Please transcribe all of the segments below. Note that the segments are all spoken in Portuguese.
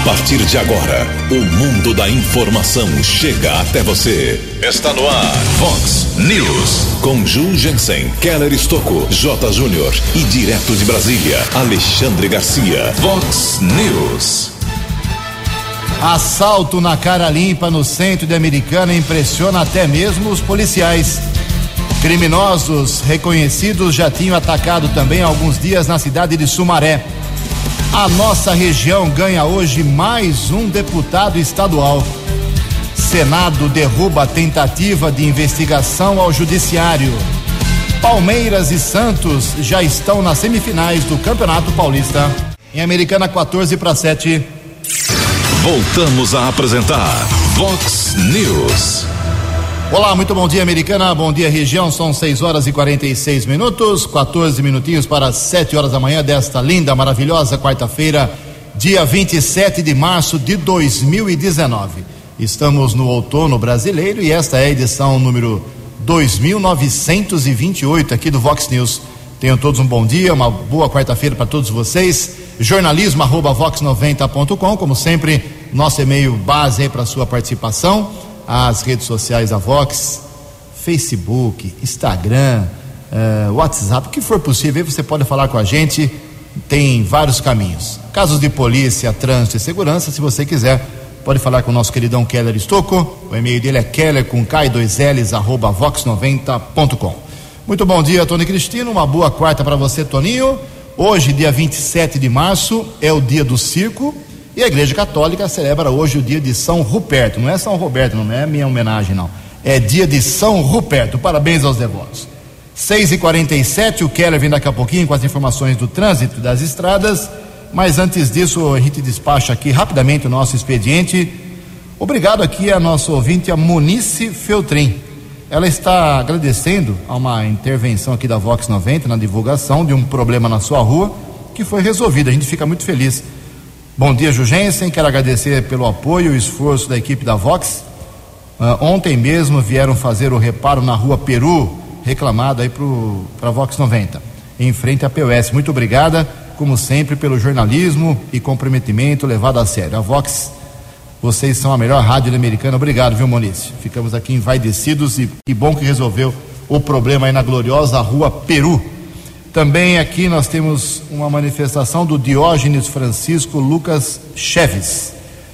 partir de agora, o mundo da informação chega até você. Está no ar, Vox News. Com Ju Jensen, Keller Estocco, J. Júnior e direto de Brasília, Alexandre Garcia. Vox News. Assalto na cara limpa no centro de Americana impressiona até mesmo os policiais. Criminosos reconhecidos já tinham atacado também há alguns dias na cidade de Sumaré. A nossa região ganha hoje mais um deputado estadual. Senado derruba a tentativa de investigação ao judiciário. Palmeiras e Santos já estão nas semifinais do Campeonato Paulista. Em Americana, 14-7. Voltamos a apresentar Vox News. Olá, muito bom dia, Americana, bom dia, região. São 6h46, 14 minutinhos para 7 horas da manhã desta linda, maravilhosa quarta-feira, dia 27 de março de 2019. Estamos no outono brasileiro e esta é a edição número 2928 aqui do Vox News. Tenham todos um bom dia, uma boa quarta-feira para todos vocês. jornalismo@vox90.com, como sempre, nosso e-mail base aí para sua participação. As redes sociais da Vox, Facebook, Instagram, WhatsApp, o que for possível, aí você pode falar com a gente, tem vários caminhos. Casos de polícia, trânsito e segurança, se você quiser, pode falar com o nosso queridão Keller Estocco, o e-mail dele é keller@vox90.com. Muito bom dia, Tony Cristino, uma boa quarta para você, Toninho. Hoje, dia 27 de março, é o dia do circo. E a Igreja Católica celebra hoje o dia de São Ruperto. Não é São Roberto, não é minha homenagem, não. É dia de São Ruperto. Parabéns aos devotos. 6h47, o Keller vem daqui a pouquinho com as informações do trânsito das estradas. Mas antes disso, a gente despacha aqui rapidamente o nosso expediente. Obrigado aqui a nosso ouvinte, a Monice Feltrin. Ela está agradecendo a uma intervenção aqui da Vox 90 na divulgação de um problema na sua rua que foi resolvido. A gente fica muito feliz. Bom dia, Jugensen, quero agradecer pelo apoio e o esforço da equipe da Vox. Ontem mesmo vieram fazer o reparo na rua Peru, reclamado aí para a Vox 90, em frente à POS. Muito obrigada, como sempre, pelo jornalismo e comprometimento levado a sério. A Vox, vocês são a melhor rádio americana. Obrigado, viu, Moniz? Ficamos aqui envaidecidos e que bom que resolveu o problema aí na gloriosa rua Peru. Também aqui nós temos uma manifestação do Diógenes Francisco Lucas Cheves.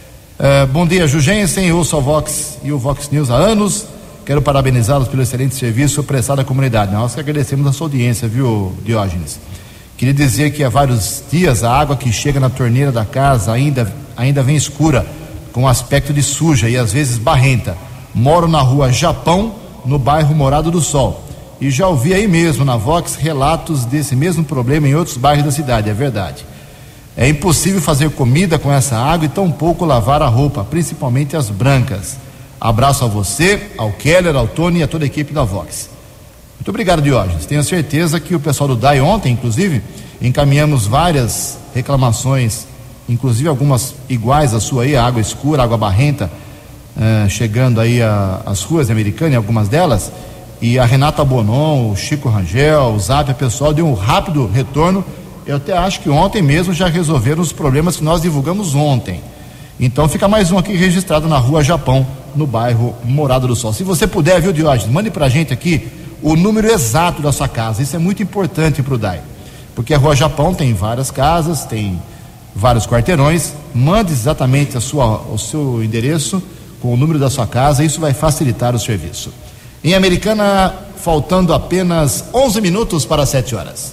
Bom dia, Jugensen, ouço a Vox e o Vox News há anos. Quero parabenizá-los pelo excelente serviço prestado à comunidade. Nós que agradecemos a sua audiência, viu, Diógenes? Queria dizer que há vários dias a água que chega na torneira da casa ainda vem escura, com aspecto de suja e às vezes barrenta. Moro na rua Japão, no bairro Morado do Sol. E já ouvi aí mesmo na Vox relatos desse mesmo problema em outros bairros da cidade, é verdade. É impossível fazer comida com essa água e tampouco lavar a roupa, principalmente as brancas. Abraço a você, ao Keller, ao Tony e a toda a equipe da Vox. Muito obrigado, Diógenes. Tenho certeza que o pessoal do DAI ontem, inclusive, encaminhamos várias reclamações, inclusive algumas iguais à sua aí, a água escura, água barrenta, chegando aí às ruas americanas, algumas delas. E a Renata Bonon, o Chico Rangel, o Zap, o pessoal deu um rápido retorno. Eu até acho que ontem mesmo já resolveram os problemas que nós divulgamos ontem. Então fica mais um aqui registrado na rua Japão, no bairro Morado do Sol. Se você puder, viu, Diógenes, mande pra gente aqui o número exato da sua casa. Isso é muito importante pro DAI, porque a rua Japão tem várias casas, tem vários quarteirões. Mande exatamente o seu endereço com o número da sua casa. Isso vai facilitar o serviço. Em Americana, faltando apenas 11 minutos para 7 horas.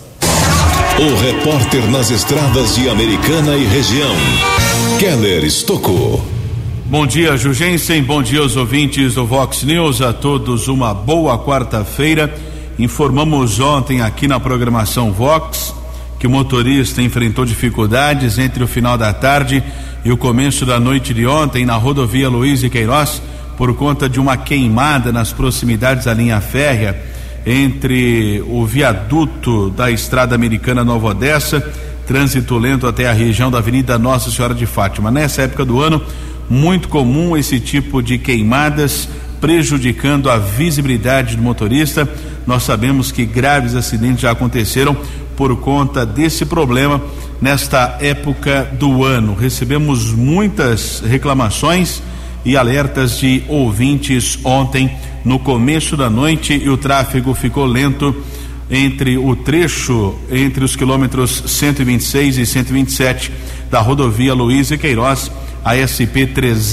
O repórter nas estradas de Americana e região, Keller Estocco. Bom dia, Jugensen, bom dia aos ouvintes do Vox News, a todos uma boa quarta-feira. Informamos ontem aqui na programação Vox que o motorista enfrentou dificuldades entre o final da tarde e o começo da noite de ontem na rodovia Luiz de Queiroz, por conta de uma queimada nas proximidades da linha férrea entre o viaduto da Estrada Americana Nova Odessa, trânsito lento até a região da Avenida Nossa Senhora de Fátima. Nessa época do ano, muito comum esse tipo de queimadas prejudicando a visibilidade do motorista. Nós sabemos que graves acidentes já aconteceram por conta desse problema nesta época do ano. Recebemos muitas reclamações e alertas de ouvintes ontem no começo da noite, e o tráfego ficou lento entre o trecho entre os quilômetros 126 e 127 da rodovia Luiz e Queiroz, a SP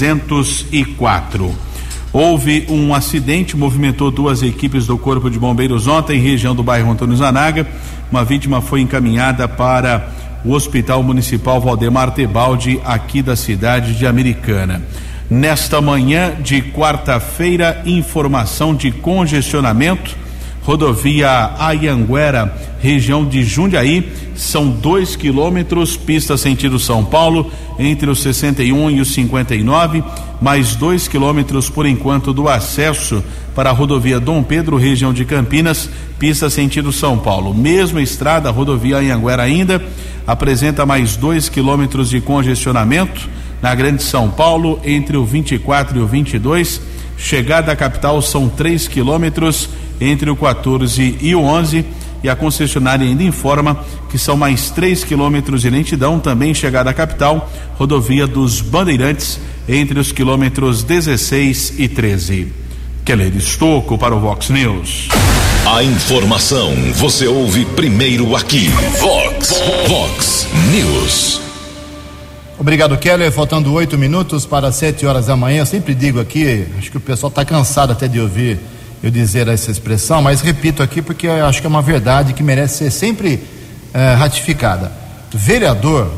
304. Houve um acidente, movimentou duas equipes do Corpo de Bombeiros ontem, região do bairro Antônio Zanaga. Uma vítima foi encaminhada para o Hospital Municipal Valdemar Tebaldi, aqui da cidade de Americana. Nesta manhã de quarta-feira, informação de congestionamento, rodovia Anhanguera, região de Jundiaí, são 2 quilômetros, pista sentido São Paulo, entre os 61 e os 59, mais 2 quilômetros por enquanto do acesso para a rodovia Dom Pedro, região de Campinas, pista sentido São Paulo. Mesma estrada, rodovia Anhanguera ainda, apresenta mais 2 quilômetros de congestionamento na Grande São Paulo, entre o 24 e o 22, chegada à capital são 3 quilômetros, entre o 14 e o 11, e a concessionária ainda informa que são mais 3 quilômetros de lentidão, também chegada à capital, rodovia dos Bandeirantes, entre os quilômetros 16 e 13. Keller Estocco para o Vox News. A informação você ouve primeiro aqui. Vox News. Obrigado, Keller. Faltando 8 minutos para 7 horas da manhã. Eu sempre digo aqui, acho que o pessoal está cansado até de ouvir eu dizer essa expressão, mas repito aqui porque eu acho que é uma verdade que merece ser sempre ratificada. Vereador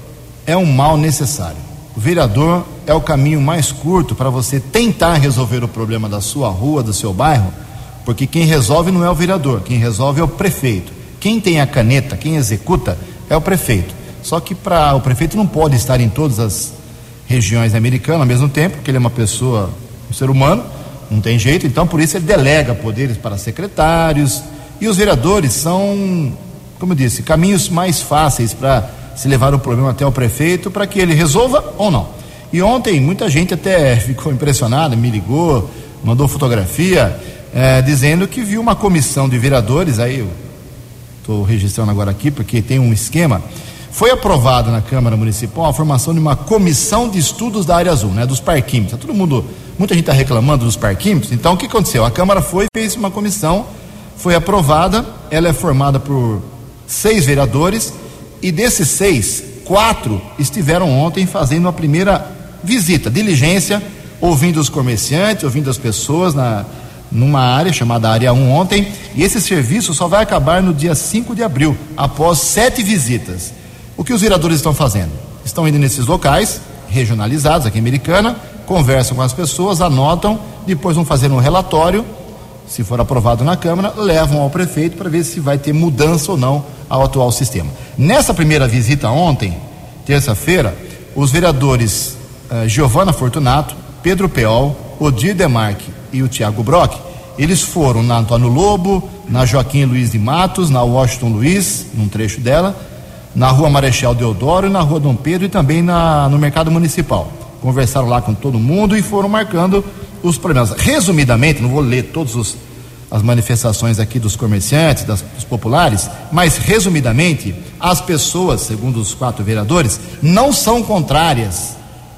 é um mal necessário. O vereador é o caminho mais curto para você tentar resolver o problema da sua rua, do seu bairro, porque quem resolve não é o vereador, quem resolve é o prefeito. Quem tem a caneta, quem executa é o prefeito. Só que o prefeito não pode estar em todas as regiões americanas ao mesmo tempo, porque ele é uma pessoa, um ser humano, não tem jeito, então por isso ele delega poderes para secretários, e os vereadores são, como eu disse, caminhos mais fáceis para se levar o problema até o prefeito, para que ele resolva ou não. E ontem muita gente até ficou impressionada, me ligou, mandou fotografia, dizendo que viu uma comissão de vereadores, aí eu estou registrando agora aqui porque tem um esquema. Foi aprovado na Câmara Municipal a formação de uma comissão de estudos da área azul, dos parquímetros. Muita gente está reclamando dos parquímetros. Então o que aconteceu? A Câmara fez uma comissão, foi aprovada, ela é formada por 6 vereadores, e desses 6, 4 estiveram ontem fazendo a primeira visita, diligência, ouvindo os comerciantes, ouvindo as pessoas numa área chamada Área 1 ontem, e esse serviço só vai acabar no dia 5 de abril, após 7 visitas. O que os vereadores estão fazendo? Estão indo nesses locais, regionalizados aqui em Americana, conversam com as pessoas, anotam, depois vão fazer um relatório, se for aprovado na Câmara, levam ao prefeito para ver se vai ter mudança ou não ao atual sistema. Nessa primeira visita ontem, terça-feira, os vereadores Giovana Fortunato, Pedro Peol, Odir Demarque e o Tiago Brock, eles foram na Antônio Lobo, na Joaquim Luiz de Matos, na Washington Luiz, num trecho dela, na Rua Marechal Deodoro, na Rua Dom Pedro e também no Mercado Municipal. Conversaram lá com todo mundo e foram marcando os problemas. Resumidamente, não vou ler todas as manifestações aqui dos comerciantes, dos populares, mas resumidamente, as pessoas, segundo os 4 vereadores, não são contrárias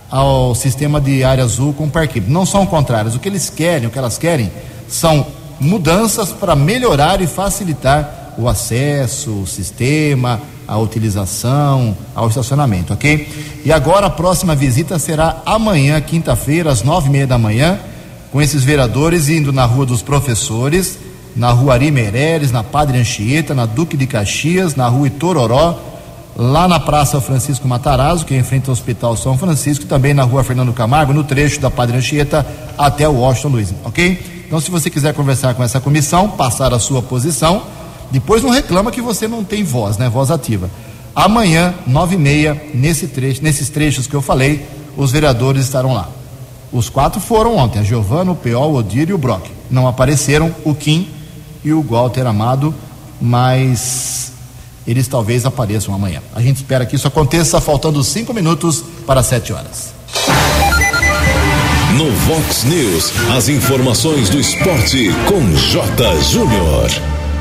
ao sistema de área azul com parquímetro. Não são contrárias. O que elas querem são mudanças para melhorar e facilitar o acesso, o sistema, a utilização, ao estacionamento, ok? E agora a próxima visita será amanhã, quinta-feira, às 9:30 da manhã, com esses vereadores indo na Rua dos Professores, na Rua Ari Meireles, na Padre Anchieta, na Duque de Caxias, na Rua Itororó, lá na Praça Francisco Matarazzo, que é em frente ao Hospital São Francisco, e também na Rua Fernando Camargo, no trecho da Padre Anchieta até o Washington Luiz, ok? Então, se você quiser conversar com essa comissão, passar a sua posição, depois não reclama que você não tem voz, voz ativa. Amanhã, 9:30, nesses trechos que eu falei, os vereadores estarão lá. Os 4 foram ontem, a Giovana, o Peol, o Odir e o Brock. Não apareceram o Kim e o Walter Amado, mas eles talvez apareçam amanhã. A gente espera que isso aconteça, faltando 5 minutos para 7 horas. No Vox News, as informações do esporte com J. Júnior.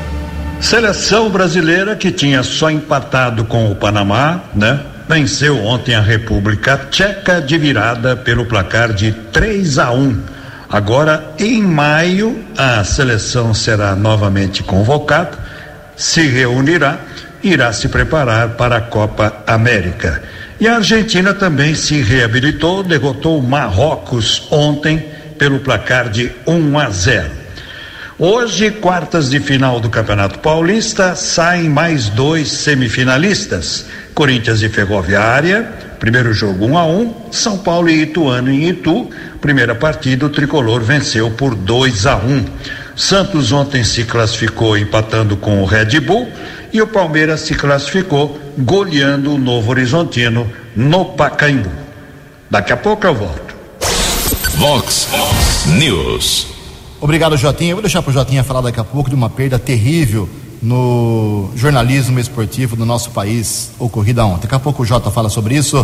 Seleção brasileira que tinha só empatado com o Panamá, né? Venceu ontem a República Tcheca de virada pelo placar de 3-1. Agora, em maio, a seleção será novamente convocada, se reunirá, irá se preparar para a Copa América. E a Argentina também se reabilitou, derrotou o Marrocos ontem pelo placar de 1-0. Hoje, quartas de final do Campeonato Paulista, saem mais 2 semifinalistas. Corinthians e Ferroviária, primeiro jogo 1-1, São Paulo e Ituano em Itu, primeira partida o tricolor venceu por 2-1. Santos ontem se classificou empatando com o Red Bull e o Palmeiras se classificou goleando o Novo Horizontino no Pacaembu. Daqui a pouco eu volto. Vox News. Obrigado, Jotinha. Eu vou deixar pro Jotinha falar daqui a pouco de uma perda terrível no jornalismo esportivo do nosso país, ocorrida ontem. Daqui a pouco o Jota fala sobre isso.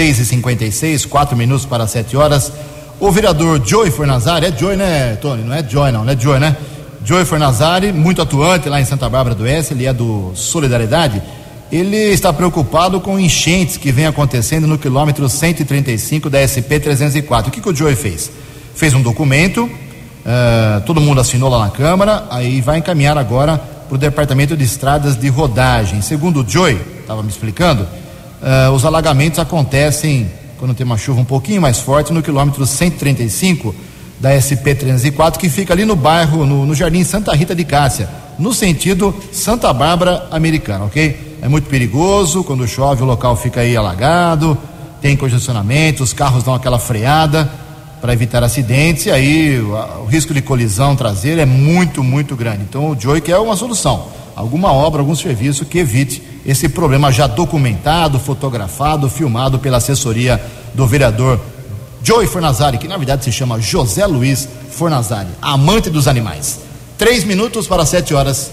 6h56, 4 minutos para 7 horas. O vereador Joey Fornazari, é Joey, né, Tony? Não é Joey, não é Joey, né? Joey Fornazari, muito atuante lá em Santa Bárbara do Oeste, ele é do Solidariedade. Ele está preocupado com enchentes que vem acontecendo no quilômetro 135 da SP-304. O que o Joey fez? Fez um documento, todo mundo assinou lá na Câmara, aí vai encaminhar agora para o Departamento de Estradas de Rodagem. Segundo o Joey, estava me explicando, os alagamentos acontecem quando tem uma chuva um pouquinho mais forte no quilômetro 135 da SP-304, que fica ali no bairro, no Jardim Santa Rita de Cássia, no sentido Santa Bárbara Americana, ok? É muito perigoso, quando chove o local fica aí alagado, tem congestionamento, os carros dão aquela freada para evitar acidentes, e aí o risco de colisão traseira é muito, muito grande. Então o Joey quer uma solução, alguma obra, algum serviço que evite esse problema já documentado, fotografado, filmado pela assessoria do vereador Joey Fornazari, que na verdade se chama José Luiz Fornazari, amante dos animais. 3 minutos para 7 horas.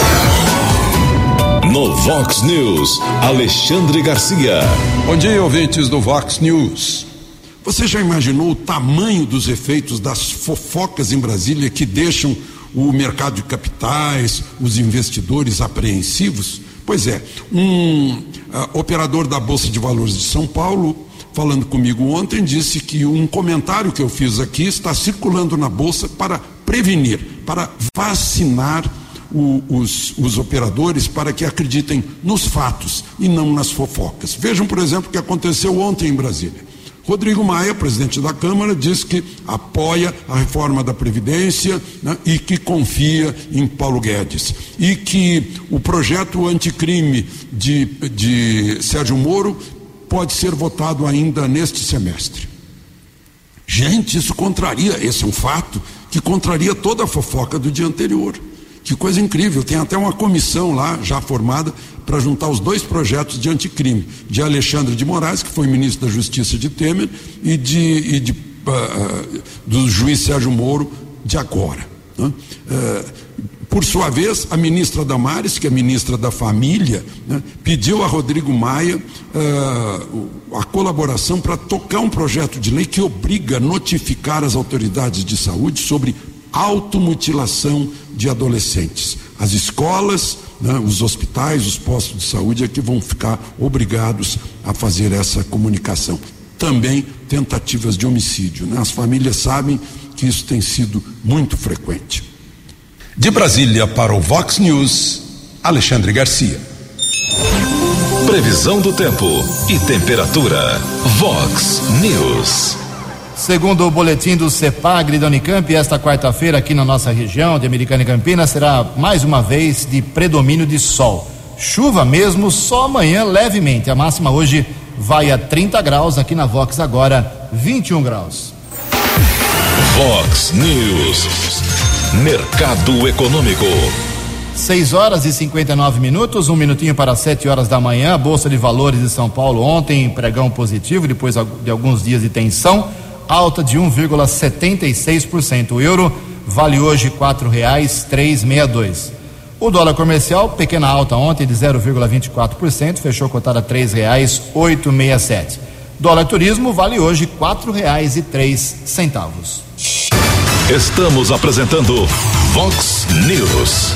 No Vox News, Alexandre Garcia. Bom dia, ouvintes do Vox News. Você já imaginou o tamanho dos efeitos das fofocas em Brasília que deixam o mercado de capitais, os investidores apreensivos? Pois é, um operador da Bolsa de Valores de São Paulo, falando comigo ontem, disse que um comentário que eu fiz aqui está circulando na Bolsa para prevenir, para vacinar os operadores para que acreditem nos fatos e não nas fofocas. Vejam, por exemplo, o que aconteceu ontem em Brasília. Rodrigo Maia, presidente da Câmara, disse que apoia a reforma da Previdência, né, e que confia em Paulo Guedes. E que o projeto anticrime de Sérgio Moro pode ser votado ainda neste semestre. Gente, isso contraria, esse é um fato que contraria toda a fofoca do dia anterior. Que coisa incrível, tem até uma comissão lá já formada para juntar os 2 projetos de anticrime, de Alexandre de Moraes, que foi ministro da Justiça de Temer, e do juiz Sérgio Moro de agora, né? Por sua vez, a ministra Damares, que é ministra da Família, né, pediu a Rodrigo Maia a colaboração para tocar um projeto de lei que obriga a notificar as autoridades de saúde sobre automutilação de adolescentes. As escolas, né, os hospitais, os postos de saúde é que vão ficar obrigados a fazer essa comunicação. Também tentativas de homicídio, né? As famílias sabem que isso tem sido muito frequente. De Brasília para o Vox News, Alexandre Garcia. Previsão do tempo e temperatura. Vox News. Segundo o boletim do CEPAGRE da Unicamp, esta quarta-feira aqui na nossa região de Americana e Campinas será mais uma vez de predomínio de sol. Chuva mesmo só amanhã levemente. A máxima hoje vai a 30 graus, aqui na Vox agora 21 graus. Vox News. Mercado Econômico. 6 horas e 59 minutos, 1 minutinho para 7 horas da manhã. A Bolsa de Valores de São Paulo ontem, pregão positivo, depois de alguns dias de tensão, alta de 1,76%. O euro vale hoje R$4,362. O dólar comercial, pequena alta ontem de 0,24%, fechou cotada a R$3,867. Dólar turismo vale hoje R$4,03. Estamos apresentando Vox News.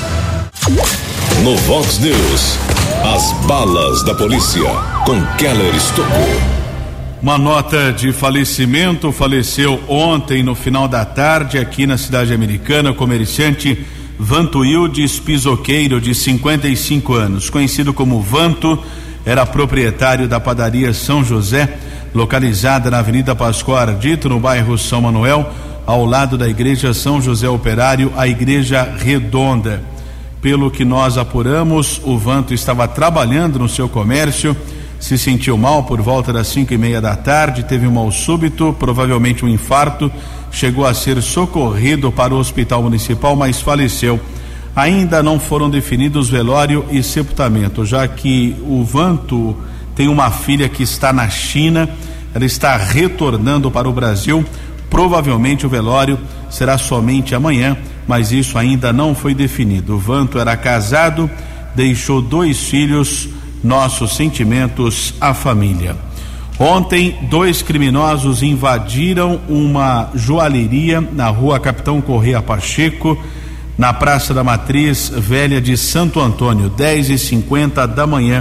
No Vox News, as balas da polícia com Keller Estocou. Uma nota de falecimento: faleceu ontem no final da tarde aqui na cidade americana o comerciante Vantuildes Pisoqueiro, de 55 anos, conhecido como Vanto. Era proprietário da padaria São José, localizada na Avenida Pascoal Ardito, no bairro São Manuel, ao lado da igreja São José Operário, a Igreja Redonda. Pelo que nós apuramos, o Vanto estava trabalhando no seu comércio, se sentiu mal por volta das 5:30 da tarde, teve um mal súbito, provavelmente um infarto, chegou a ser socorrido para o hospital municipal, mas faleceu. Ainda não foram definidos velório e sepultamento, já que o Vanto tem uma filha que está na China, ela está retornando para o Brasil. Provavelmente o velório será somente amanhã, mas isso ainda não foi definido. O Vanto era casado, deixou 2 filhos. Nossos sentimentos à família. Ontem, 2 criminosos invadiram uma joalheria na rua Capitão Correia Pacheco, na Praça da Matriz Velha de Santo Antônio, 10:50 da manhã.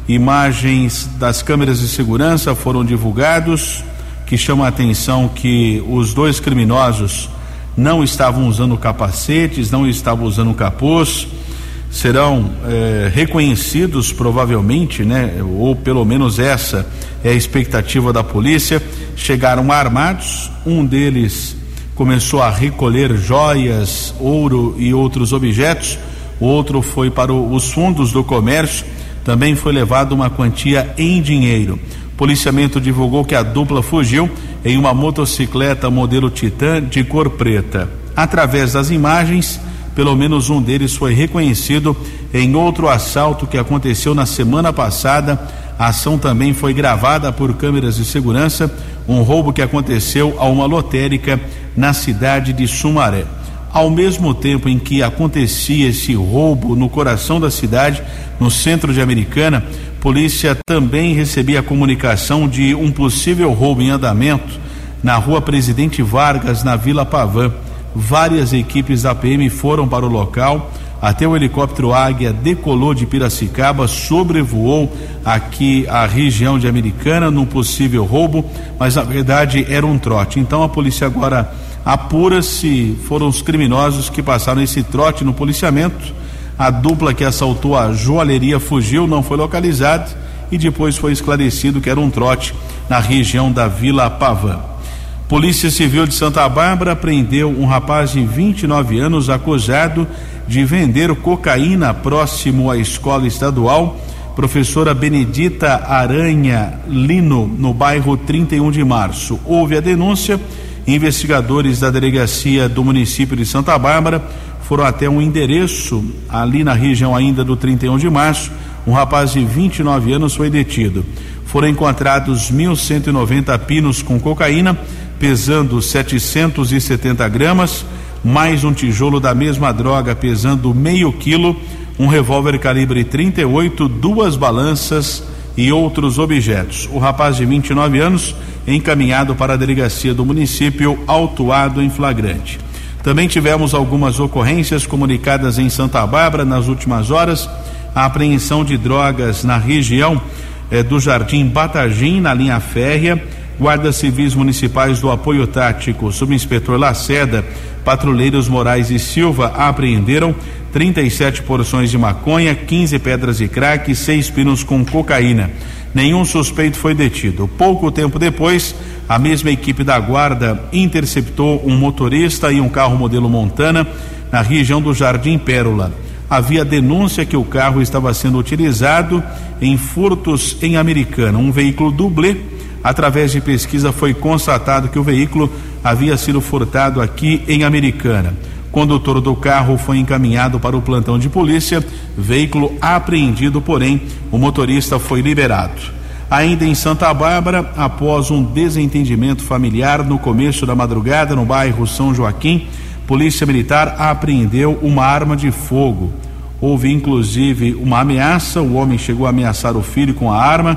Imagens das câmeras de segurança foram divulgados, que chamam a atenção que os 2 criminosos não estavam usando capacetes, não estavam usando capuz. Serão reconhecidos provavelmente, né? Ou pelo menos essa é a expectativa da polícia. Chegaram armados, um deles começou a recolher joias, ouro e outros objetos, o outro foi para os fundos do comércio, também foi levado uma quantia em dinheiro. O policiamento divulgou que a dupla fugiu em uma motocicleta modelo Titan de cor preta. Através das imagens, pelo menos um deles foi reconhecido em outro assalto que aconteceu na semana passada. A ação também foi gravada por câmeras de segurança, um roubo que aconteceu a uma lotérica na cidade de Sumaré. Ao mesmo tempo em que acontecia esse roubo no coração da cidade, no centro de Americana, polícia também recebia a comunicação de um possível roubo em andamento na rua Presidente Vargas, na Vila Pavã. Várias equipes da PM foram para o local, até o helicóptero Águia decolou de Piracicaba, sobrevoou aqui a região de Americana num possível roubo, mas na verdade era um trote. Então a polícia agora apura se foram os criminosos que passaram esse trote no policiamento. A dupla que assaltou a joalheria fugiu, não foi localizada e depois foi esclarecido que era um trote na região da Vila Pavã. Polícia Civil de Santa Bárbara prendeu um rapaz de 29 anos acusado de vender cocaína próximo à escola estadual Professora Benedita Aranha Lino, no bairro 31 de Março. Houve a denúncia, investigadores da delegacia do município de Santa Bárbara foram até um endereço ali na região ainda do 31 de Março. Um rapaz de 29 anos foi detido. Foram encontrados 1.190 pinos com cocaína, pesando 770 gramas, mais um tijolo da mesma droga pesando meio quilo, um revólver calibre 38, 2 balanças e outros objetos. O rapaz de 29 anos encaminhado para a delegacia do município, autuado em flagrante. Também tivemos algumas ocorrências comunicadas em Santa Bárbara nas últimas horas. A apreensão de drogas na região do Jardim Batagim, na linha férrea. Guardas civis municipais do apoio tático, subinspetor Lacerda, patrulheiros Moraes e Silva apreenderam 37 porções de maconha, 15 pedras de crack e 6 pinos com cocaína. Nenhum suspeito foi detido. Pouco tempo depois, a mesma equipe da guarda interceptou um motorista e um carro modelo Montana na região do Jardim Pérola. Havia denúncia que o carro estava sendo utilizado em furtos em Americana, um veículo dublê. Através de pesquisa foi constatado que o veículo havia sido furtado aqui em Americana. O condutor do carro foi encaminhado para o plantão de polícia, veículo apreendido, porém o motorista foi liberado. Ainda em Santa Bárbara, após um desentendimento familiar no começo da madrugada no bairro São Joaquim, Polícia Militar apreendeu uma arma de fogo. Houve inclusive uma ameaça, o homem chegou a ameaçar o filho com a arma.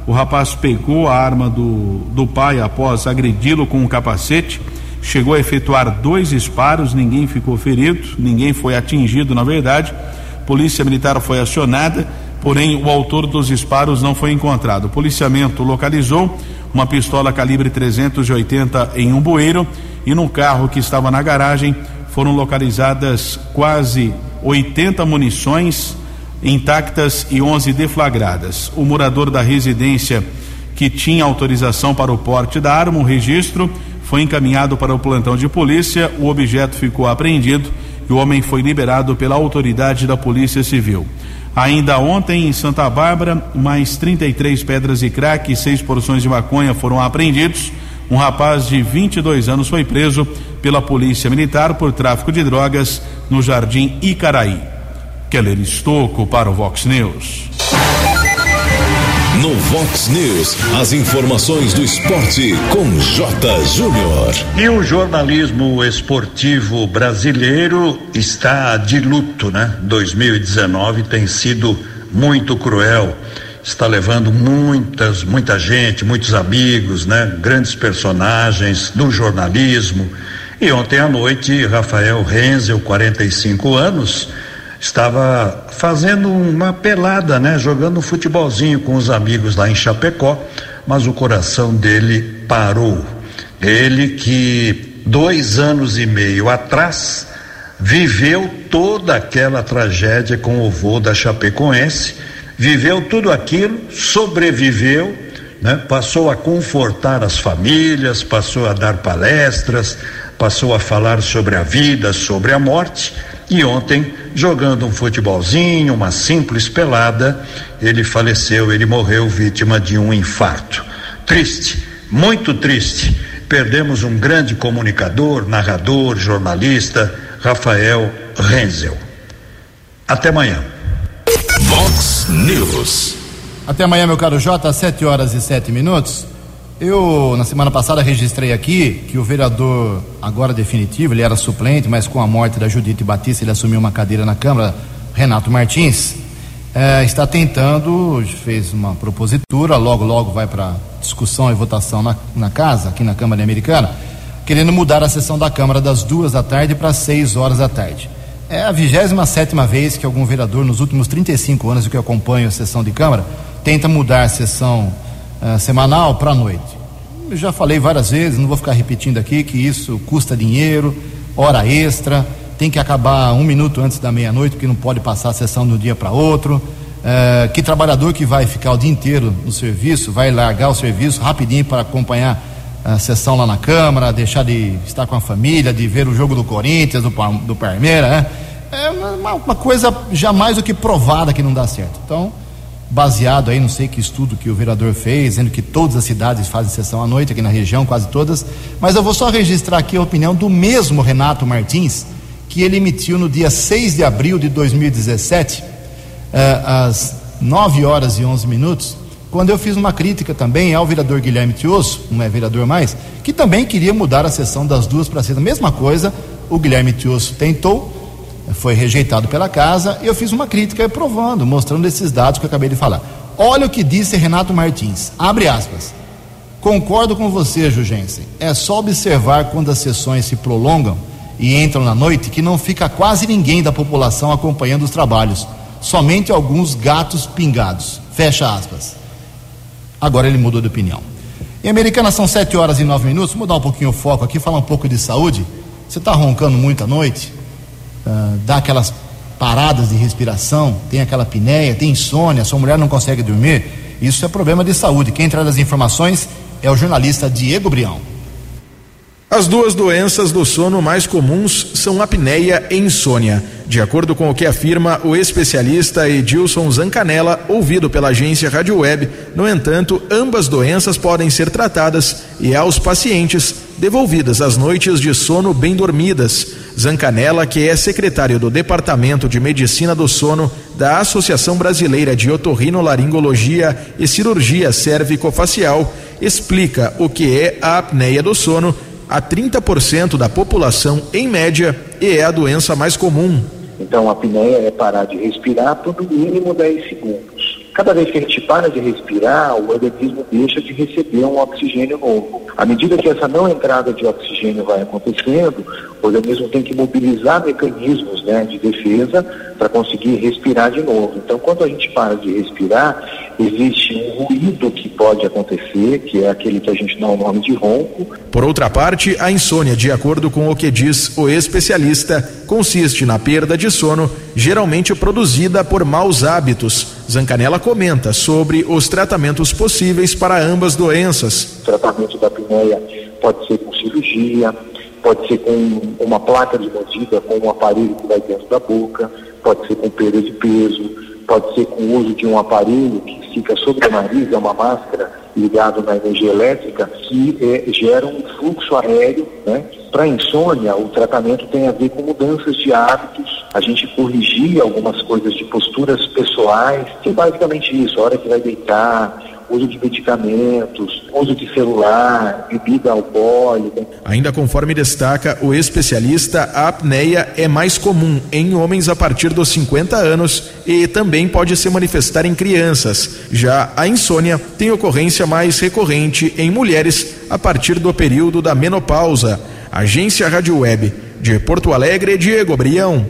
O rapaz pegou a arma do pai após agredi-lo com um capacete, chegou a efetuar 2 disparos, ninguém ficou ferido, ninguém foi atingido, na verdade. Polícia Militar foi acionada, porém o autor dos disparos não foi encontrado. O policiamento localizou uma pistola calibre 380 em um bueiro, e no carro que estava na garagem foram localizadas quase 80 munições intactas e 11 deflagradas. O morador da residência que tinha autorização para o porte da arma, o registro, foi encaminhado para o plantão de polícia. O objeto ficou apreendido e o homem foi liberado pela autoridade da Polícia Civil. Ainda ontem, em Santa Bárbara, mais 33 pedras de crack e 6 porções de maconha foram apreendidos. Um rapaz de 22 anos foi preso pela Polícia Militar por tráfico de drogas no Jardim Icaraí. Keller Estocco para o Vox News. No Vox News, as informações do esporte com J. Júnior. E o jornalismo esportivo brasileiro está de luto, né? 2019 tem sido muito cruel. Está levando muita gente, muitos amigos, né? Grandes personagens do jornalismo. E ontem à noite, Rafael Renzel, 45 anos, estava fazendo uma pelada, né? Jogando um futebolzinho com os amigos lá em Chapecó, mas o coração dele parou. Ele que 2 anos e meio atrás viveu toda aquela tragédia com o voo da Chapecoense, viveu tudo aquilo, sobreviveu, né? Passou a confortar as famílias, passou a dar palestras, passou a falar sobre a vida, sobre a morte. E ontem, jogando um futebolzinho, uma simples pelada, ele faleceu, ele morreu vítima de um infarto. Triste, muito triste. Perdemos um grande comunicador, narrador, jornalista, Rafael Renzel. Até amanhã. Vox News. Até amanhã, meu caro Jota, às 7h07. Eu, na semana passada, registrei aqui que o vereador, agora definitivo, ele era suplente, mas com a morte da Judite Batista, ele assumiu uma cadeira na Câmara, Renato Martins, está tentando, fez uma propositura, logo vai para discussão e votação na casa, aqui na Câmara Americana, querendo mudar a sessão da Câmara das 14h para 18h. É a 27ª vez que algum vereador, nos últimos 35 anos que eu acompanho a sessão de Câmara, tenta mudar a sessão semanal para a noite. Eu já falei várias vezes, não vou ficar repetindo aqui, que isso custa dinheiro, hora extra, tem que acabar 1 minuto antes da meia-noite, porque não pode passar a sessão de um dia para outro. Que trabalhador que vai ficar o dia inteiro no serviço, vai largar o serviço rapidinho para acompanhar a sessão lá na Câmara, deixar de estar com a família, de ver o jogo do Corinthians, do Palmeiras, né? É uma coisa jamais do que provada que não dá certo. Então, baseado aí, não sei que estudo que o vereador fez, dizendo que todas as cidades fazem sessão à noite aqui na região, quase todas, mas eu vou só registrar aqui a opinião do mesmo Renato Martins, que ele emitiu no dia 6 de abril de 2017, às 9h11, quando eu fiz uma crítica também ao vereador Guilherme Tiosso, não é vereador mais, que também queria mudar a sessão das 2 para 6, a mesma coisa, o Guilherme Tiosso tentou, foi rejeitado pela casa, e eu fiz uma crítica provando, mostrando esses dados que eu acabei de falar. Olha o que disse Renato Martins, abre aspas: concordo com você, Jugensen, é só observar quando as sessões se prolongam e entram na noite que não fica quase ninguém da população acompanhando os trabalhos, somente alguns gatos pingados, fecha aspas. Agora ele mudou de opinião. Em Americana são 7h09, vou mudar um pouquinho o foco aqui, falar um pouco de saúde. Você está roncando muito à noite? Dá aquelas paradas de respiração, tem aquela apneia, tem insônia, sua mulher não consegue dormir, isso é problema de saúde. Quem traz as informações é o jornalista Diego Brião. As 2 doenças do sono mais comuns são apneia e insônia. De acordo com o que afirma o especialista Edilson Zancanella, ouvido pela agência Rádio Web, no entanto, ambas doenças podem ser tratadas e aos pacientes devolvidas as noites de sono bem dormidas. Zancanella, que é secretário do Departamento de Medicina do Sono da Associação Brasileira de Otorrinolaringologia e Cirurgia Cervicofacial, explica o que é a apneia do sono a 30% da população em média e é a doença mais comum. Então a apneia é parar de respirar por no mínimo 10 segundos. Cada vez que a gente para de respirar, o organismo deixa de receber um oxigênio novo. À medida que essa não entrada de oxigênio vai acontecendo, o organismo tem que mobilizar mecanismos, né, de defesa para conseguir respirar de novo. Então, quando a gente para de respirar, existe um ruído que pode acontecer, que é aquele que a gente dá o nome de ronco. Por outra parte, a insônia, de acordo com o que diz o especialista, consiste na perda de sono, geralmente produzida por maus hábitos. Zancanella comenta sobre os tratamentos possíveis para ambas doenças. O tratamento da apneia pode ser com cirurgia, pode ser com uma placa de mordida, com um aparelho que vai dentro da boca, pode ser com perda de peso, pode ser com o uso de um aparelho que fica sobre o nariz, é uma máscara ligada na energia elétrica, que gera um fluxo aéreo, né? Para insônia, o tratamento tem a ver com mudanças de hábitos, a gente corrigir algumas coisas de posturas pessoais, que é basicamente isso, a hora que vai deitar, uso de medicamentos, uso de celular, bebida alcoólica. Ainda conforme destaca o especialista, a apneia é mais comum em homens a partir dos 50 anos e também pode se manifestar em crianças. Já a insônia tem ocorrência mais recorrente em mulheres a partir do período da menopausa. Agência Rádio Web de Porto Alegre, Diego Brião.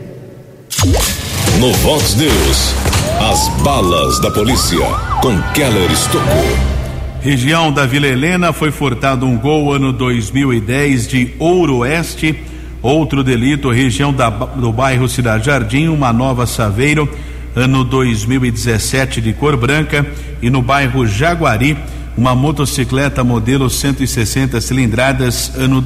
No Vox News, as balas da polícia com Keller Estocou. Região da Vila Helena foi furtado um Gol ano 2010 de Ouro Oeste. Outro delito, região do bairro Cidade Jardim, uma Nova Saveiro, ano 2017 de cor branca. E no bairro Jaguari, uma motocicleta modelo 160 cilindradas, ano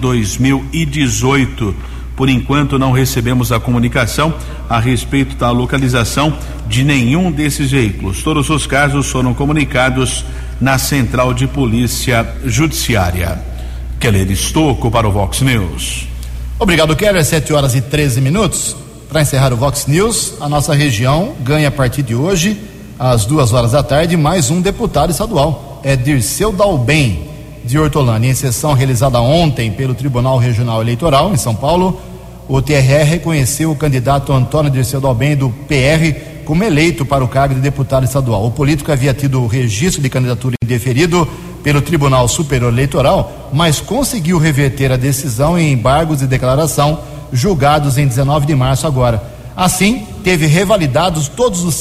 2018. Por enquanto não recebemos a comunicação a respeito da localização de nenhum desses veículos. Todos os casos foram comunicados na Central de Polícia Judiciária. Keller Estocco para o Vox News. Obrigado, Keller. 7h13. Para encerrar o Vox News, a nossa região ganha a partir de hoje, às 14h, mais um deputado estadual. É Dirceu Dalben, de Hortolândia. Em sessão realizada ontem pelo Tribunal Regional Eleitoral, em São Paulo, o TRE reconheceu o candidato Antônio Dirceu Dalben, do PR, como eleito para o cargo de deputado estadual. O político havia tido o registro de candidatura indeferido pelo Tribunal Superior Eleitoral, mas conseguiu reverter a decisão em embargos de declaração julgados em 19 de março agora. Assim, teve revalidados todos os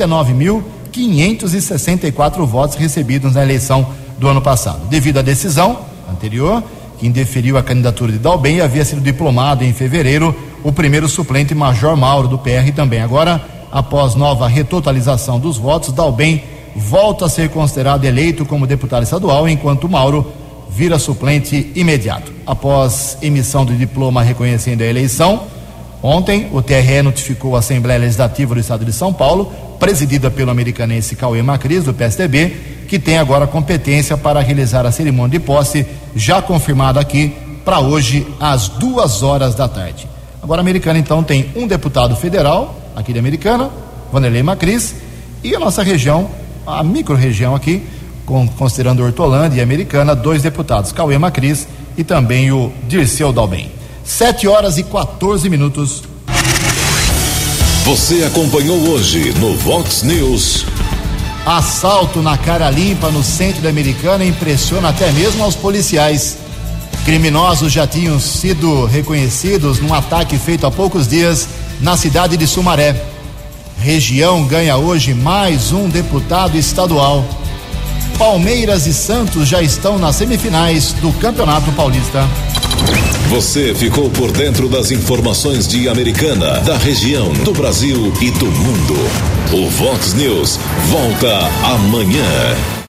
79.564 votos recebidos na eleição do ano passado. Devido à decisão anterior, que indeferiu a candidatura de Dalben, havia sido diplomado em fevereiro o primeiro suplente Major Mauro, do PR também. Agora, após nova retotalização dos votos, Dalben volta a ser considerado eleito como deputado estadual, enquanto Mauro vira suplente imediato. Após emissão do diploma reconhecendo a eleição, ontem o TRE notificou a Assembleia Legislativa do Estado de São Paulo, presidida pelo americanense Cauê Macris, do PSDB, que tem agora competência para realizar a cerimônia de posse, já confirmada aqui, para hoje, às 14h. Agora a Americana, então, tem um deputado federal, aqui de Americana, Vanderlei Macris, e a nossa região, a micro-região aqui, considerando Hortolândia e Americana, 2 deputados, Cauê Macris e também o Dirceu Dalben. 7h14. Você acompanhou hoje no Vox News. Assalto na cara limpa no centro da Americana impressiona até mesmo aos policiais. Criminosos já tinham sido reconhecidos num ataque feito há poucos dias na cidade de Sumaré. Região ganha hoje mais um deputado estadual. Palmeiras e Santos já estão nas semifinais do Campeonato Paulista. Você ficou por dentro das informações de Americana, da região, do Brasil e do mundo. O Vox News volta amanhã.